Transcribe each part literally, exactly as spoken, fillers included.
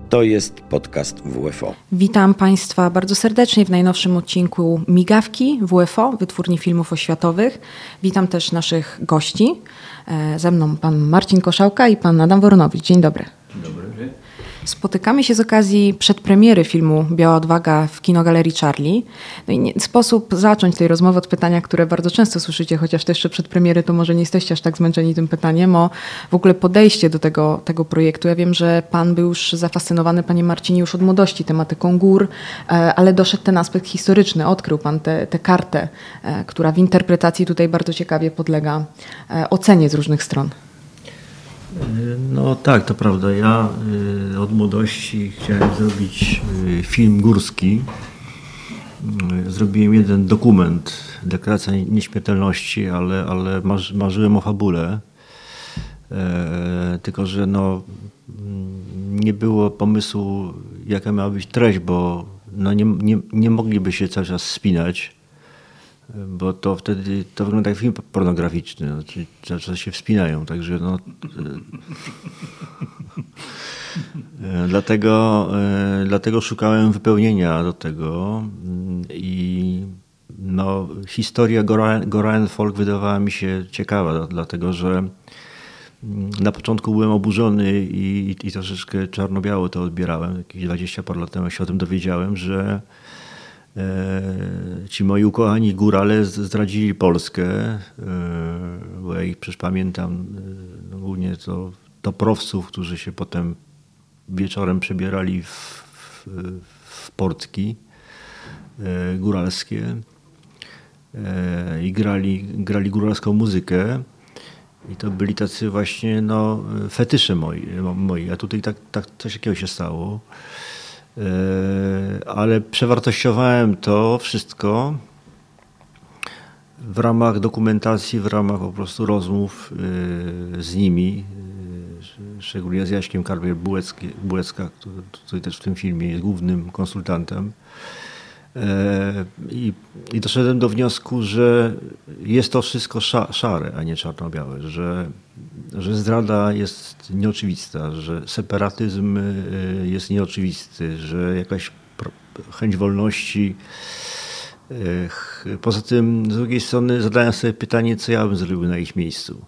To jest podcast W F O. Witam Państwa bardzo serdecznie w najnowszym odcinku Migawki W F O, Wytwórni Filmów Oświatowych. Witam też naszych gości. Ze mną pan Marcin Koszałka i pan Adam Woronowicz. Dzień dobry. Dzień dobry. Spotykamy się z okazji przedpremiery filmu Biała Odwaga w Kinogalerii Charlie. No i nie sposób zacząć tej rozmowy od pytania, które bardzo często słyszycie, chociaż też jeszcze przed premiery to może nie jesteście aż tak zmęczeni tym pytaniem, o w ogóle podejście do tego, tego projektu. Ja wiem, że pan był już zafascynowany, panie Marcinie, już od młodości tematyką gór, ale doszedł ten aspekt historyczny. Odkrył pan tę kartę, która w interpretacji tutaj bardzo ciekawie podlega ocenie z różnych stron. No tak, to prawda. Ja y, od młodości chciałem zrobić y, film górski. Y, zrobiłem jeden dokument, Deklaracja Nieśmiertelności, ale, ale marzy, marzyłem o fabule. Y, tylko, że no, nie było pomysłu, jaka miała być treść, bo no, nie, nie, nie mogliby się cały czas spinać. Bo to wtedy to wygląda jak film pornograficzny, no, czyli cały czas się wspinają, także no, e, dlatego, e, dlatego szukałem wypełnienia do tego i no, historia Goraen Folk wydawała mi się ciekawa, dlatego że na początku byłem oburzony i, i troszeczkę czarno-biało to odbierałem, jakieś dwadzieścia parę lat temu się o tym dowiedziałem, że ci moi ukochani górale zdradzili Polskę, bo ja ich przecież pamiętam ogólnie to toprowców, którzy się potem wieczorem przebierali w, w, w portki góralskie i grali, grali góralską muzykę. I to byli tacy właśnie no, fetysze moi, moi. A tutaj tak, tak coś takiego się stało. Ale przewartościowałem to wszystko w ramach dokumentacji, w ramach po prostu rozmów z nimi, szczególnie z Jaśkiem Karbier-Bułecka, który tutaj też w tym filmie jest głównym konsultantem. I, I doszedłem do wniosku, że jest to wszystko szare, a nie czarno-białe, że, że zdrada jest nieoczywista, że separatyzm jest nieoczywisty, że jakaś chęć wolności. Poza tym, z drugiej strony, zadałem sobie pytanie, co ja bym zrobił na ich miejscu.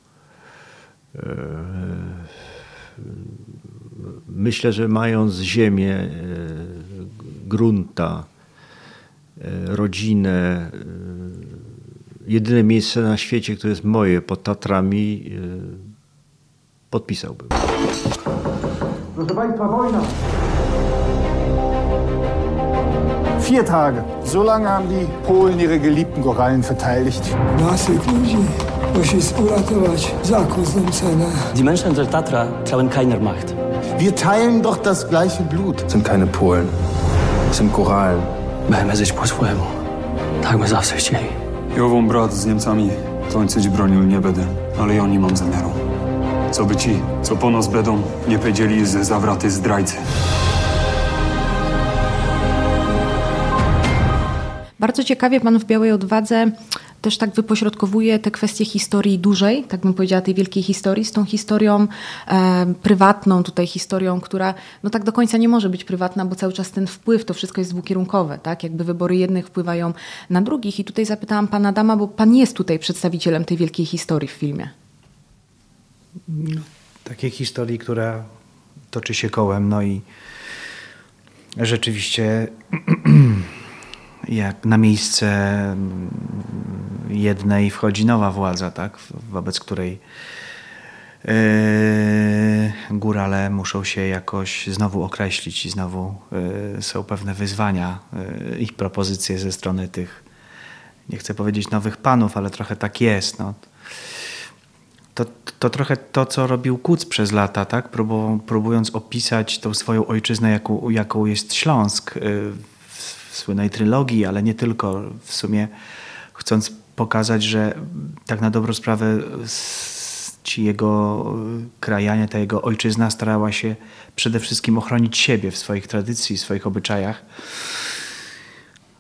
Myślę, że mając ziemię, grunta, rodzinę, jedyne miejsce na świecie, które jest moje, pod Tatrami, podpisałbym. Proszę Państwa, wojna! Vier Tage. So lange haben die Polen ihre geliebten Korallen verteidigt. Nasyk ludzi musi uratować zakłóconą cenę. Die Menschen der Tatra klauen keiner Macht. Wir teilen doch das gleiche Blut. Sind keine Polen. Sind Korallen. Będziemy żyć po swojemu. Tak my zawsze chcieli. Ja wam brat z Niemcami kończyć bronił nie będę, ale ja nie mam zamiaru. Co by ci, co po nas będą, nie powiedzieli ze zawraty zdrajcy. Bardzo ciekawie pan w Białej Odwadze też tak wypośrodkowuje te kwestie historii dużej, tak bym powiedziała, tej wielkiej historii, z tą historią e, prywatną, tutaj historią, która no tak do końca nie może być prywatna, bo cały czas ten wpływ, to wszystko jest dwukierunkowe, tak? Jakby wybory jednych wpływają na drugich. I tutaj zapytałam pana Adama, bo pan jest tutaj przedstawicielem tej wielkiej historii w filmie. No, takiej historii, która toczy się kołem, no i rzeczywiście jak na miejsce jednej wchodzi nowa władza, tak, wobec której yy, górale muszą się jakoś znowu określić i znowu yy, są pewne wyzwania, yy, ich propozycje ze strony tych, nie chcę powiedzieć nowych panów, ale trochę tak jest. No. To, to trochę to, co robił Kuc przez lata, tak, Próbu, próbując opisać tą swoją ojczyznę, jaką, jaką jest Śląsk, yy, w słynnej trylogii, ale nie tylko, w sumie chcąc pokazać, że tak na dobrą sprawę ci jego krajanie, ta jego ojczyzna starała się przede wszystkim ochronić siebie w swoich tradycji, w swoich obyczajach.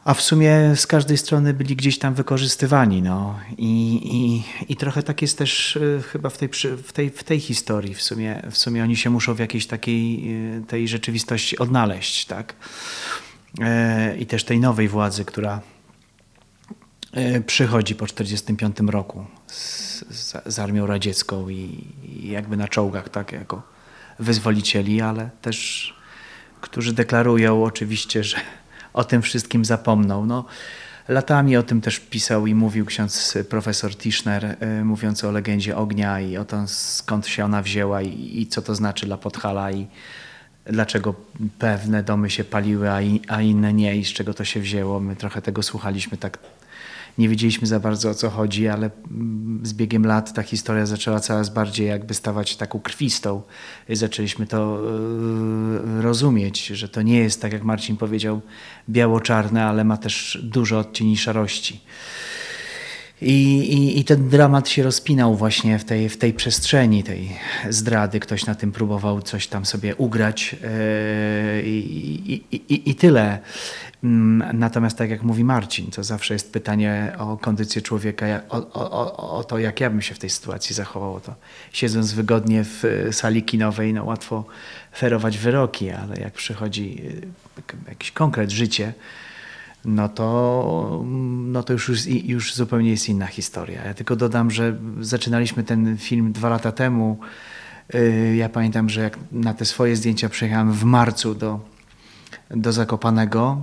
a w sumie z każdej strony byli gdzieś tam wykorzystywani. No. I, i, i trochę tak jest też y, chyba w tej, w, tej, w tej historii. W sumie, w sumie oni się muszą w jakiejś takiej y, tej rzeczywistości odnaleźć. Tak? Y, I też tej nowej władzy, która y, przychodzi po czterdziestym piątym roku z, z, z armią radziecką i, i jakby na czołgach, tak, jako wyzwolicieli, ale też którzy deklarują oczywiście, że o tym wszystkim zapomną. No, latami o tym też pisał i mówił ksiądz profesor Tischner, y, mówiąc o legendzie ognia i o tym, skąd się ona wzięła i, i co to znaczy dla Podhala i dlaczego pewne domy się paliły, a, i, a inne nie i z czego to się wzięło. My trochę tego słuchaliśmy, tak nie wiedzieliśmy za bardzo, o co chodzi, ale z biegiem lat ta historia zaczęła coraz bardziej jakby stawać taką krwistą. I zaczęliśmy to yy, rozumieć, że to nie jest, tak jak Marcin powiedział, biało-czarne, ale ma też dużo odcieni szarości. I, i, I ten dramat się rozpinał właśnie w tej, w tej przestrzeni tej zdrady. Ktoś na tym próbował coś tam sobie ugrać yy, i, i, i, i tyle. Natomiast tak jak mówi Marcin, to zawsze jest pytanie o kondycję człowieka, o, o, o to, jak ja bym się w tej sytuacji zachował. To siedząc wygodnie w sali kinowej, no łatwo ferować wyroki, ale jak przychodzi jakiś konkret, życie, no to, no to już, już zupełnie jest inna historia. Ja tylko dodam, że zaczynaliśmy ten film dwa lata temu. Ja pamiętam, że jak na te swoje zdjęcia przyjechałem w marcu do, do Zakopanego,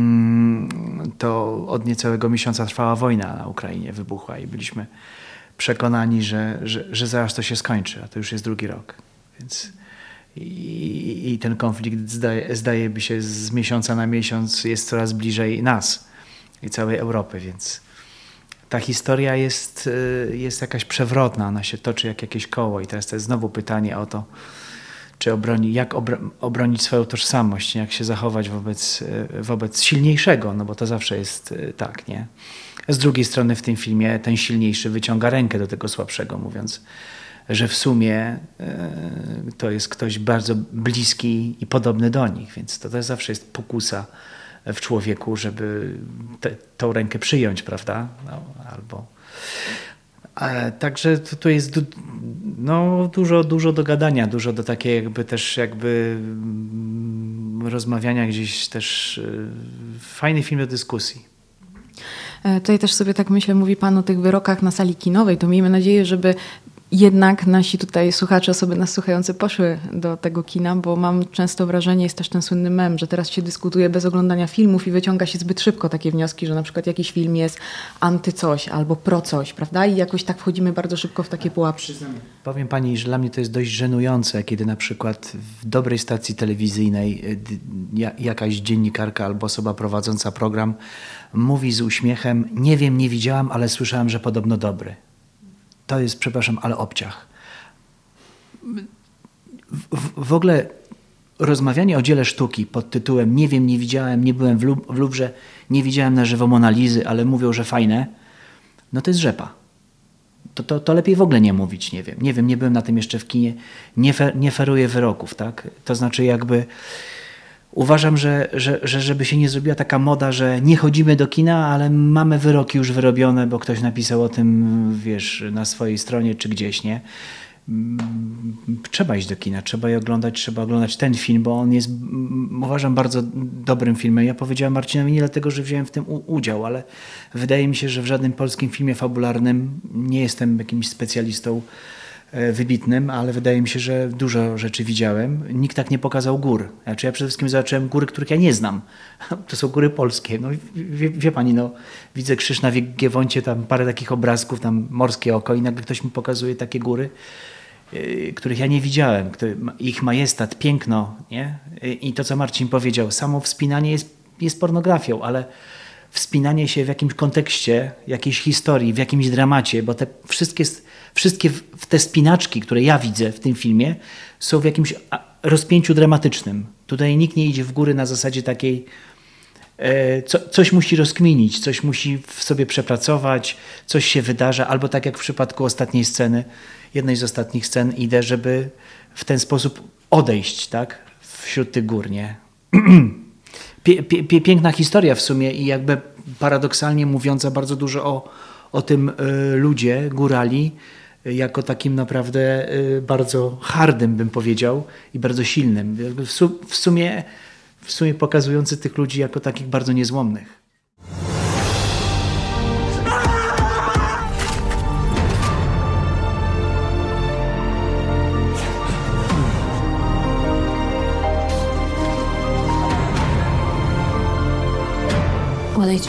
to od niecałego miesiąca trwała wojna na Ukrainie, wybuchła i byliśmy przekonani, że, że, że zaraz to się skończy, a to już jest drugi rok. Więc i, i ten konflikt zdaje, zdaje by się z miesiąca na miesiąc jest coraz bliżej nas i całej Europy, więc ta historia jest, jest jakaś przewrotna, ona się toczy jak jakieś koło i teraz to jest znowu pytanie o to, czy obroni, jak obro, obronić swoją tożsamość, jak się zachować wobec, wobec silniejszego, no bo to zawsze jest tak, nie? Z drugiej strony w tym filmie ten silniejszy wyciąga rękę do tego słabszego, mówiąc, że w sumie y, to jest ktoś bardzo bliski i podobny do nich, więc to też zawsze jest pokusa w człowieku, żeby te, tą rękę przyjąć, prawda? No, albo... Ale także tu jest no, dużo, dużo do gadania, dużo do takiej jakby też jakby rozmawiania gdzieś też. Fajny film do dyskusji. Tutaj też sobie tak myślę, mówi Pan o tych wyrokach na sali kinowej, to miejmy nadzieję, żeby jednak nasi tutaj słuchacze, osoby nas słuchające poszły do tego kina, bo mam często wrażenie, jest też ten słynny mem, że teraz się dyskutuje bez oglądania filmów i wyciąga się zbyt szybko takie wnioski, że na przykład jakiś film jest anty coś albo pro coś, prawda? I jakoś tak wchodzimy bardzo szybko w takie pułapki. Powiem Pani, że dla mnie to jest dość żenujące, kiedy na przykład w dobrej stacji telewizyjnej jakaś dziennikarka albo osoba prowadząca program mówi z uśmiechem: nie wiem, nie widziałam, ale słyszałam, że podobno dobry. To jest, przepraszam, ale obciach. W, w ogóle rozmawianie o dziele sztuki pod tytułem nie wiem, nie widziałem, nie byłem w, Lu- w Luwrze, nie widziałem na żywo Mona Lizy, ale mówią, że fajne, no to jest rzepa. To, to, to lepiej w ogóle nie mówić, nie wiem. Nie wiem, nie byłem na tym jeszcze w kinie, nie, fe, nie feruję wyroków, tak? To znaczy jakby uważam, że, że, że żeby się nie zrobiła taka moda, że nie chodzimy do kina, ale mamy wyroki już wyrobione, bo ktoś napisał o tym, wiesz, na swojej stronie czy gdzieś, nie? Trzeba iść do kina, trzeba je oglądać, trzeba oglądać ten film, bo on jest, uważam, bardzo dobrym filmem. Ja powiedziałem Marcinowi nie dlatego, że wziąłem w tym udział, ale wydaje mi się, że w żadnym polskim filmie fabularnym nie jestem jakimś specjalistą wybitnym, ale wydaje mi się, że dużo rzeczy widziałem. Nikt tak nie pokazał gór. Znaczy ja przede wszystkim zobaczyłem góry, których ja nie znam. To są góry polskie. No, wie, wie pani, no, widzę Krzyż na Giewoncie, tam parę takich obrazków, tam morskie oko i nagle ktoś mi pokazuje takie góry, yy, których ja nie widziałem. Który, ich majestat, piękno, nie? I to, co Marcin powiedział, samo wspinanie jest, jest pornografią, ale wspinanie się w jakimś kontekście, jakiejś historii, w jakimś dramacie, bo te wszystkie, wszystkie te spinaczki, które ja widzę w tym filmie, są w jakimś rozpięciu dramatycznym. Tutaj nikt nie idzie w góry na zasadzie takiej, e, co, coś musi rozkminić, coś musi w sobie przepracować, coś się wydarza, albo tak jak w przypadku ostatniej sceny, jednej z ostatnich scen, idę, żeby w ten sposób odejść, tak, wśród tych gór, nie? pie, pie, piękna historia w sumie i jakby paradoksalnie mówiąca bardzo dużo o, o tym y, ludzie, górali, y, jako takim naprawdę y, bardzo hardym, bym powiedział, i bardzo silnym. Jakby w, su, w, sumie, w sumie pokazujący tych ludzi jako takich bardzo niezłomnych. Odejdź.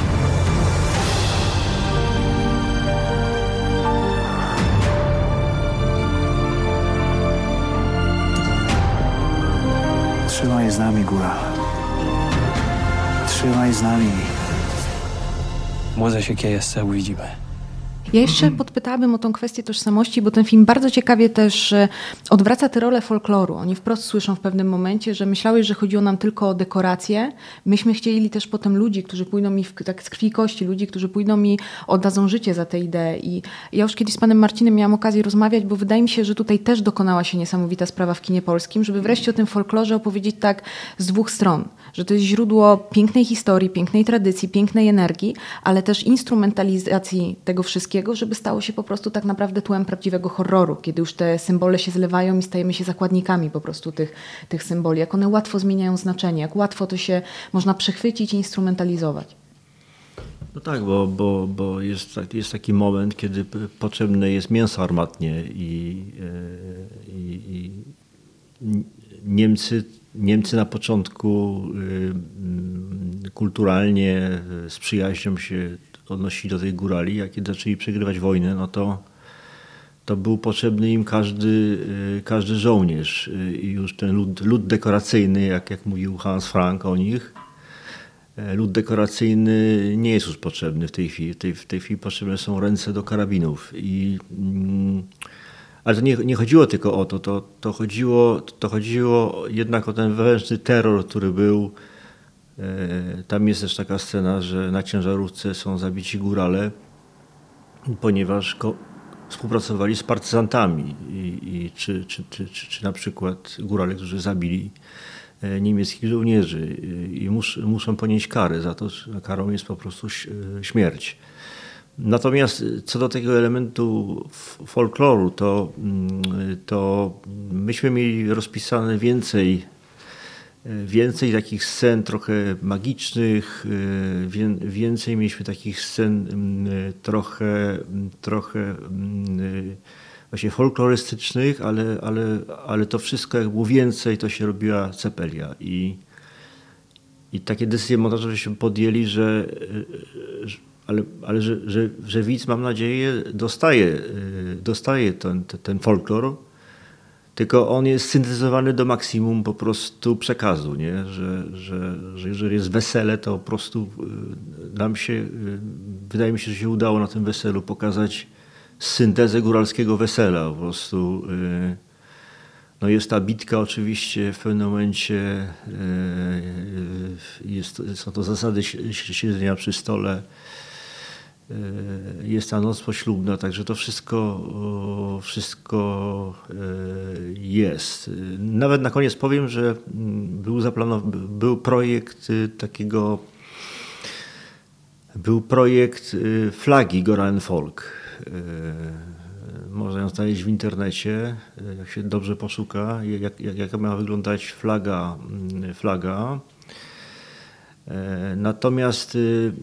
Trzymaj z nami, góra. Trzymaj z nami. Może się jeszcze uwidzimy. Ja jeszcze podpytałabym o tą kwestię tożsamości, bo ten film bardzo ciekawie też odwraca tę rolę folkloru. Oni wprost słyszą w pewnym momencie, że myślałeś, że chodziło nam tylko o dekoracje. Myśmy chcieli też potem ludzi, którzy pójdą mi w, tak z krwi i kości, ludzi, którzy pójdą mi, oddadzą życie za tę ideę. I ja już kiedyś z panem Marcinem miałam okazję rozmawiać, bo wydaje mi się, że tutaj też dokonała się niesamowita sprawa w kinie polskim, żeby wreszcie o tym folklorze opowiedzieć tak z dwóch stron. Że to jest źródło pięknej historii, pięknej tradycji, pięknej energii, ale też instrumentalizacji tego wszystkiego, żeby stało się po prostu tak naprawdę tłem prawdziwego horroru, kiedy już te symbole się zlewają i stajemy się zakładnikami po prostu tych, tych symboli, jak one łatwo zmieniają znaczenie, jak łatwo to się można przechwycić i instrumentalizować. No tak, bo, bo, bo jest, jest taki moment, kiedy potrzebne jest mięso armatnie i, i, i Niemcy, Niemcy na początku kulturalnie z przyjaźnią się odnosili do tej górali, a kiedy zaczęli przegrywać wojnę, no to, to był potrzebny im każdy, każdy żołnierz i już ten lud, lud dekoracyjny, jak, jak mówił Hans Frank o nich, lud dekoracyjny nie jest już potrzebny w tej chwili. W tej, w tej chwili potrzebne są ręce do karabinów. I, ale to nie, nie chodziło tylko o to, to, to, chodziło, to chodziło jednak o ten wewnętrzny terror, który był. Tam jest też taka scena, że na ciężarówce są zabici górale, ponieważ ko- współpracowali z partyzantami i, i czy, czy, czy, czy, czy na przykład górale, którzy zabili niemieckich żołnierzy i mus, muszą ponieść karę za to, że karą jest po prostu śmierć. Natomiast co do tego elementu folkloru, to, to myśmy mieli rozpisane więcej Więcej takich scen trochę magicznych, więcej mieliśmy takich scen trochę, trochę właśnie folklorystycznych, ale, ale, ale to wszystko jak było więcej, to się robiła Cepelia. I, i takie decyzje montażowe się podjęli, że, ale, ale że, że, że widz, mam nadzieję, dostaje, dostaje ten, ten folklor, tylko on jest syntetyzowany do maksimum po prostu przekazu, nie? Że, że, że jeżeli jest wesele, to po prostu nam się, wydaje mi się, że się udało na tym weselu pokazać syntezę góralskiego wesela. Po prostu no jest ta bitka oczywiście w pewnym momencie, jest, są to zasady siedzenia przy stole, jest ta noc poślubna, także to wszystko, wszystko jest. Nawet na koniec powiem, że był zaplanowany, był projekt takiego, był projekt flagi Goran Folk. Można ją znaleźć w internecie, jak się dobrze poszuka, jak, jak, jak ma wyglądać flaga, flaga. Natomiast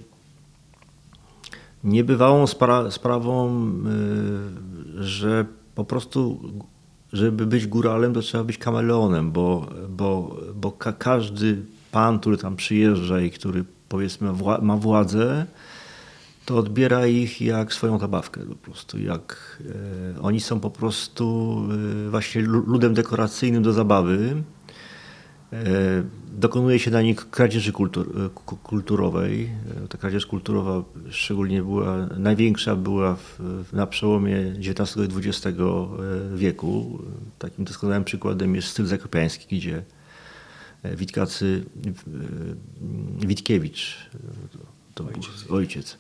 niebywałą spra- sprawą, że po prostu, żeby być góralem, to trzeba być kameleonem, bo, bo, bo ka- każdy pan, który tam przyjeżdża i który powiedzmy wła- ma władzę, to odbiera ich jak swoją zabawkę po prostu. Jak, e, oni są po prostu e, właśnie ludem dekoracyjnym do zabawy. E, dokonuje się na nich kradzieży kultur, kulturowej. Ta kradzież kulturowa szczególnie była, największa była w, na przełomie dziewiętnastego i dwudziestego wieku. Takim doskonałym przykładem jest styl zakopiański, gdzie Witkacy, Witkiewicz, to ojciec, był ojciec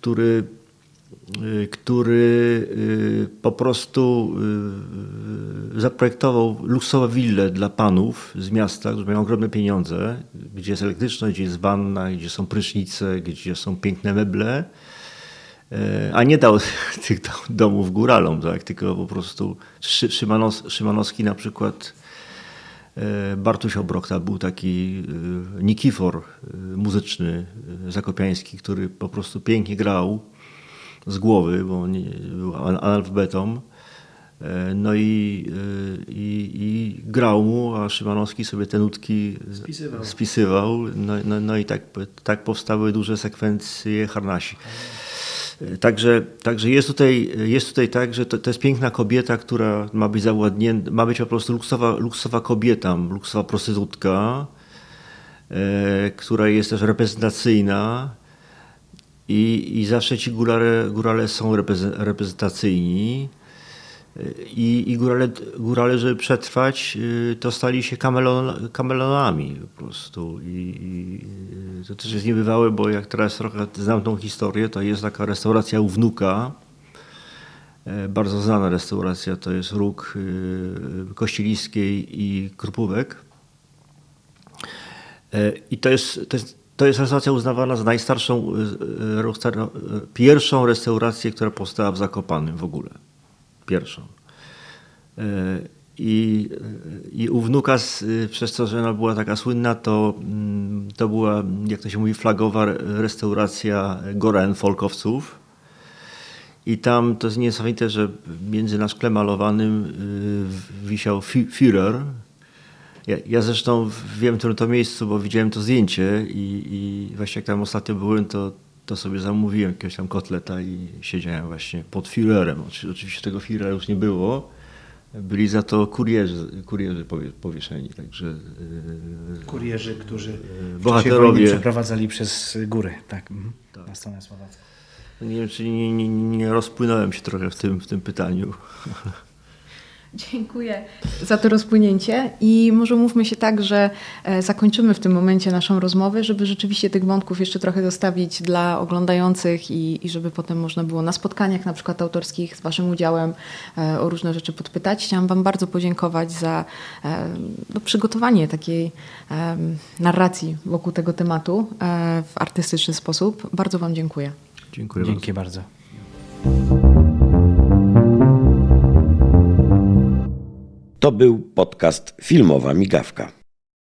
który, który po prostu zaprojektował luksusowe wille dla panów z miasta, którzy mają ogromne pieniądze, gdzie jest elektryczność, gdzie jest wanna, gdzie są prysznice, gdzie są piękne meble, a nie dał tych domów góralom, tak? Tylko po prostu Szymanos, Szymanowski na przykład, Bartuś Obrokta był taki Nikifor muzyczny zakopiański, który po prostu pięknie grał z głowy, bo on był analfabetą. No i, i, i grał mu, a Szymanowski sobie te nutki spisywał. spisywał. No, no, no i tak, tak powstały duże sekwencje Harnasi. Także, także jest, tutaj, jest tutaj tak, że to, to jest piękna kobieta, która ma być zawładnięta, ma być po prostu luksusowa, luksusowa kobieta, luksusowa prostytutka, e, która jest też reprezentacyjna i, i zawsze ci górale, górale są reprezentacyjni. I, i górale, górale, żeby przetrwać, to stali się kamelon, kamelonami po prostu. I, I to też jest niebywałe, bo jak teraz trochę znam tą historię, to jest taka restauracja u Wnuka, bardzo znana restauracja, to jest Róg Kościeliskiej i Krupówek. I to jest, to jest, to jest restauracja uznawana za najstarszą, pierwszą restaurację, która powstała w Zakopanem w ogóle. Pierwszą. I, i u Wnuka, przez to, że ona była taka słynna, to, to była, jak to się mówi, flagowa restauracja Goren Folkowców. I tam to jest niesamowite, że między na szkle malowanym wisiał Führer. Ja, ja zresztą wiem, w którym to miejscu, bo widziałem to zdjęcie i, i właśnie jak tam ostatnio byłem, to to sobie zamówiłem jakiegoś tam kotleta i siedziałem właśnie pod Führerem. Oczywiście tego Führera już nie było. Byli za to kurierzy, kurierzy powieszeni. Także, kurierzy, którzy bohaterowie przeprowadzali przez góry, tak, tak. Na stronę słowacką. Nie wiem, czy nie, nie, nie rozpłynąłem się trochę w tym, w tym pytaniu. Dziękuję za to rozpłynięcie i może mówmy się tak, że zakończymy w tym momencie naszą rozmowę, żeby rzeczywiście tych wątków jeszcze trochę zostawić dla oglądających i, i żeby potem można było na spotkaniach na przykład autorskich z waszym udziałem o różne rzeczy podpytać. Chciałam wam bardzo podziękować za no, przygotowanie takiej narracji wokół tego tematu w artystyczny sposób. Bardzo wam dziękuję. Dziękuję Dzięki bardzo. bardzo. To był podcast Filmowa Migawka.